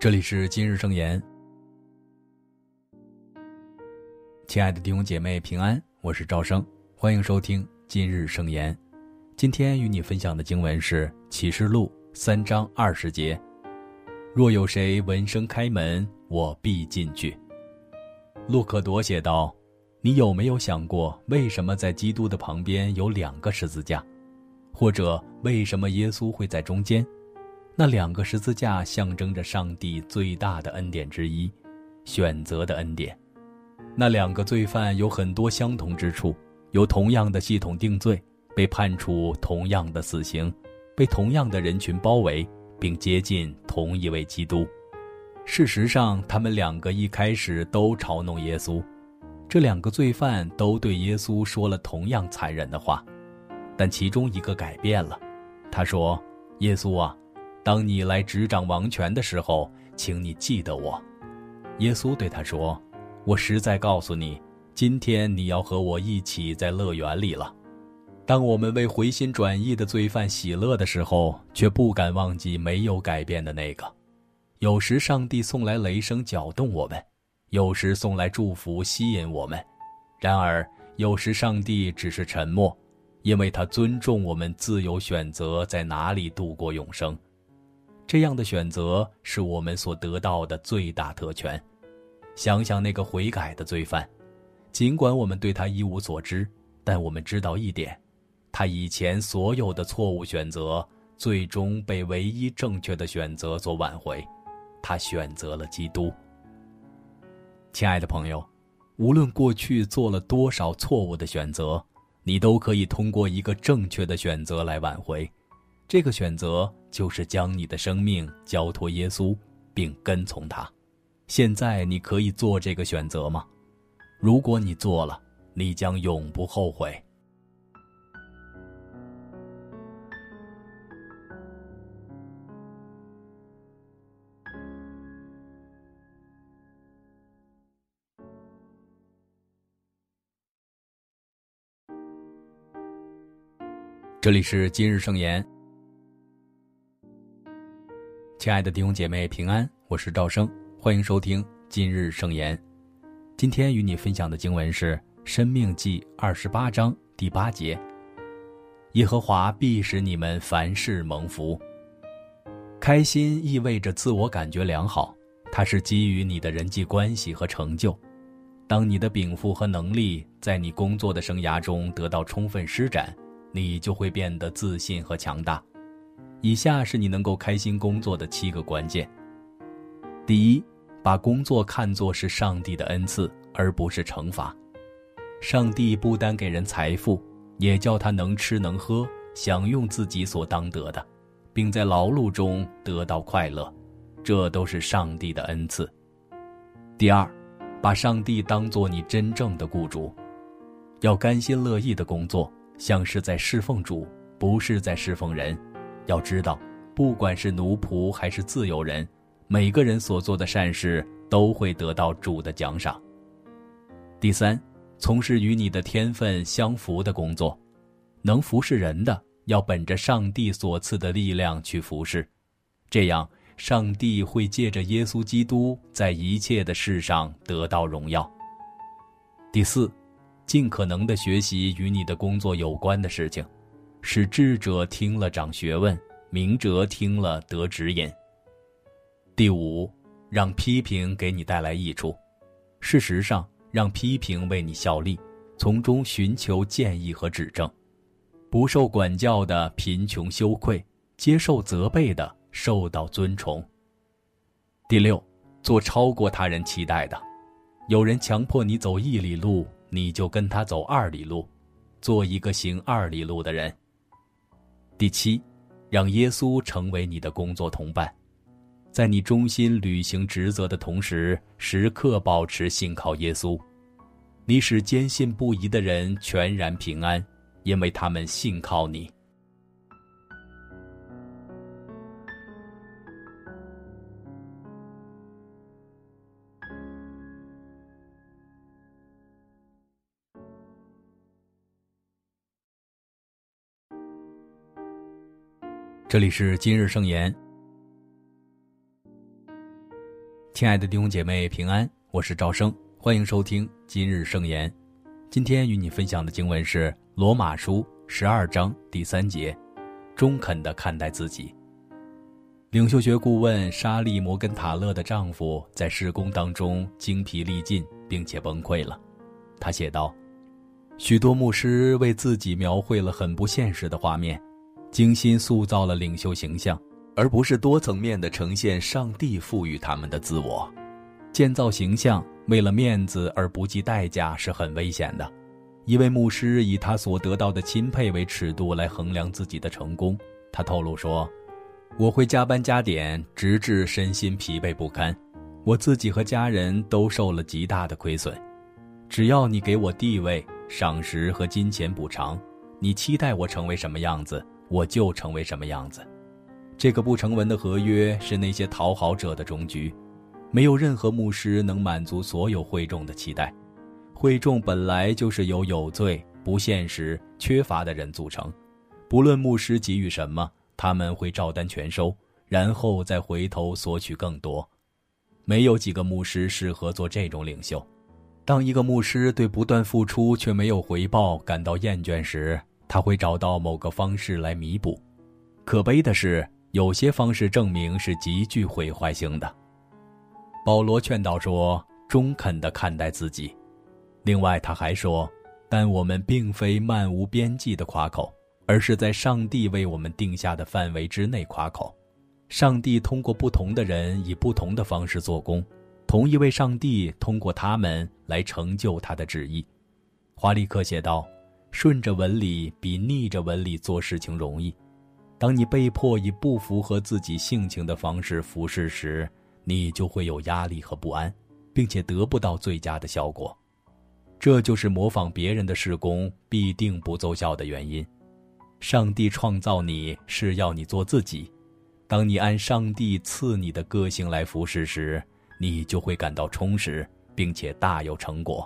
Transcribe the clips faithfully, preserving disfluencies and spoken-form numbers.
这里是今日圣言。亲爱的弟兄姐妹平安，我是赵生，欢迎收听今日圣言。今天与你分享的经文是启示录三章二十节，若有谁闻声开门，我必进去。路可铎写道，你有没有想过，为什么在基督的旁边有两个十字架？或者为什么耶稣会在中间？那两个十字架象征着上帝最大的恩典之一，选择的恩典。那两个罪犯有很多相同之处，有同样的系统定罪，被判处同样的死刑，被同样的人群包围，并接近同一位基督。事实上，他们两个一开始都嘲弄耶稣，这两个罪犯都对耶稣说了同样残忍的话，但其中一个改变了。他说，耶稣啊，当你来执掌王权的时候，请你记得我。耶稣对他说，我实在告诉你，今天你要和我一起在乐园里了。当我们为回心转意的罪犯喜乐的时候，却不敢忘记没有改变的那个。有时上帝送来雷声搅动我们，有时送来祝福吸引我们，然而有时上帝只是沉默，因为他尊重我们自由选择在哪里度过永生。这样的选择是我们所得到的最大特权。想想那个悔改的罪犯，尽管我们对他一无所知，但我们知道一点，他以前所有的错误选择，最终被唯一正确的选择所挽回。他选择了基督。亲爱的朋友，无论过去做了多少错误的选择，你都可以通过一个正确的选择来挽回。这个选择就是将你的生命交托耶稣，并跟从他。现在你可以做这个选择吗？如果你做了，你将永不后悔。这里是今日圣言。亲爱的弟兄姐妹平安，我是赵生，欢迎收听今日圣言。今天与你分享的经文是申命记二十八章第八节，耶和华必使你们凡事蒙福。开心意味着自我感觉良好，它是基于你的人际关系和成就。当你的禀赋和能力在你工作的生涯中得到充分施展，你就会变得自信和强大。以下是你能够开心工作的七个关键。第一，把工作看作是上帝的恩赐，而不是惩罚。上帝不单给人财富，也叫他能吃能喝，享用自己所当得的，并在劳碌中得到快乐，这都是上帝的恩赐。第二，把上帝当作你真正的雇主，要甘心乐意的工作，像是在侍奉主，不是在侍奉人。要知道，不管是奴仆还是自由人，每个人所做的善事都会得到主的奖赏。第三，从事与你的天分相符的工作，能服侍人的，要本着上帝所赐的力量去服侍，这样上帝会借着耶稣基督在一切的事上得到荣耀。第四，尽可能的学习与你的工作有关的事情，使智者听了长学问，明哲听了得指引。第五，让批评给你带来益处。事实上，让批评为你效力，从中寻求建议和指正。不受管教的贫穷羞愧，接受责备的受到尊崇。第六，做超过他人期待的。有人强迫你走一里路，你就跟他走二里路，做一个行二里路的人。第七，让耶稣成为你的工作同伴，在你忠心履行职责的同时，时刻保持信靠耶稣。你使坚信不疑的人全然平安，因为他们信靠你。这里是今日圣言。 亲爱的弟兄姐妹平安，我是赵生，欢迎收听今日圣言。今天与你分享的经文是罗马书十二章第三节，中肯地看待自己。领袖学顾问莎莉·摩根塔勒的丈夫在事工当中精疲力尽，并且崩溃了。他写道，许多牧师为自己描绘了很不现实的画面，精心塑造了领袖形象，而不是多层面地呈现上帝赋予他们的自我。建造形象为了面子而不计代价是很危险的。一位牧师以他所得到的钦佩为尺度来衡量自己的成功。他透露说，我会加班加点，直至身心疲惫不堪，我自己和家人都受了极大的亏损。只要你给我地位、赏识和金钱补偿，你期待我成为什么样子，我就成为什么样子。这个不成文的合约是那些讨好者的终局，没有任何牧师能满足所有会众的期待。会众本来就是由有罪、不现实、缺乏的人组成，不论牧师给予什么，他们会照单全收，然后再回头索取更多。没有几个牧师适合做这种领袖。当一个牧师对不断付出却没有回报感到厌倦时，他会找到某个方式来弥补。可悲的是，有些方式证明是极具毁坏性的。保罗劝导说，中肯地看待自己。另外他还说，但我们并非漫无边际的夸口，而是在上帝为我们定下的范围之内夸口。上帝通过不同的人以不同的方式做工，同一位上帝通过他们来成就他的旨意。华利克写道，顺着文理比逆着文理做事情容易。当你被迫以不符合自己性情的方式服侍时，你就会有压力和不安，并且得不到最佳的效果。这就是模仿别人的事工必定不奏效的原因。上帝创造你是要你做自己，当你按上帝赐你的个性来服侍时，你就会感到充实，并且大有成果。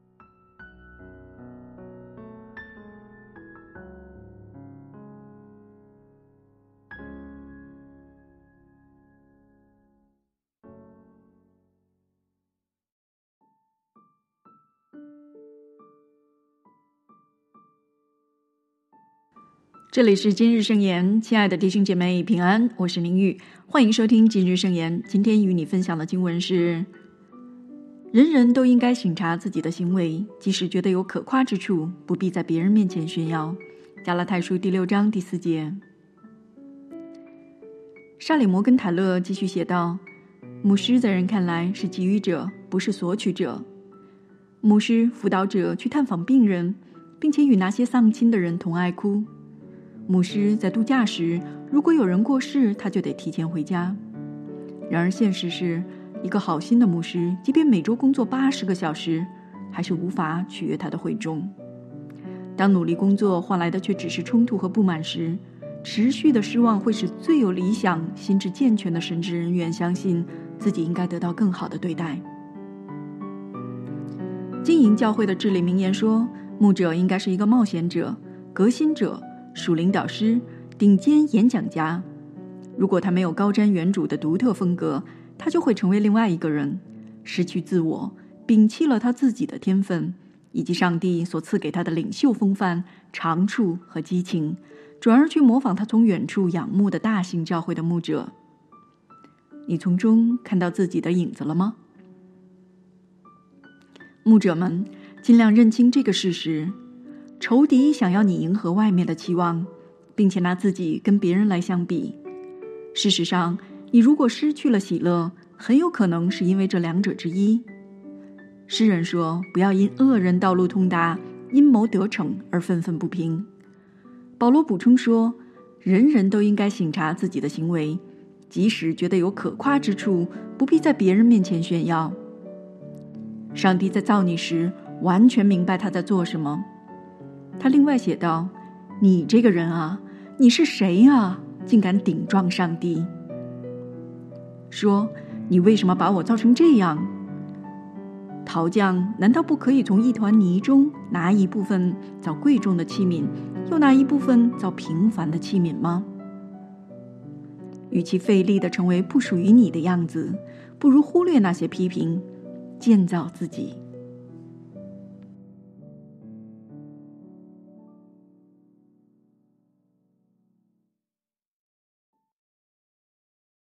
这里是今日圣言，亲爱的弟兄姐妹平安，我是明玉，欢迎收听今日圣言。今天与你分享的经文是，人人都应该省察自己的行为，即使觉得有可夸之处，不必在别人面前炫耀。加拉太书第六章第四节。沙里摩根塔勒继续写道，牧师在人看来是给予者，不是索取者。牧师辅导者去探访病人，并且与那些丧亲的人同哀哭。牧师在度假时，如果有人过世，他就得提前回家。然而现实是，一个好心的牧师，即便每周工作八十个小时，还是无法取悦他的会众。当努力工作换来的却只是冲突和不满时，持续的失望会使最有理想、心智健全的神职人员相信自己应该得到更好的对待。经营教会的至理名言说，牧者应该是一个冒险者、革新者、属灵导师、顶尖演讲家。如果他没有高瞻远瞩的独特风格，他就会成为另外一个人，失去自我，摒弃了他自己的天分，以及上帝所赐给他的领袖风范、长处和激情，转而去模仿他从远处仰慕的大型教会的牧者。你从中看到自己的影子了吗？牧者们，尽量认清这个事实，仇敌想要你迎合外面的期望，并且拿自己跟别人来相比。事实上，你如果失去了喜乐，很有可能是因为这两者之一。诗人说，不要因恶人道路通达，阴谋得逞而愤愤不平。保罗补充说，人人都应该省察自己的行为，即使觉得有可夸之处，不必在别人面前炫耀。上帝在造你时，完全明白他在做什么。他另外写道，你这个人啊，你是谁啊，竟敢顶撞上帝？说，你为什么把我造成这样？陶匠难道不可以从一团泥中拿一部分造贵重的器皿，又拿一部分造平凡的器皿吗？ 与其费力地成为不属于你的样子，不如忽略那些批评，建造自己。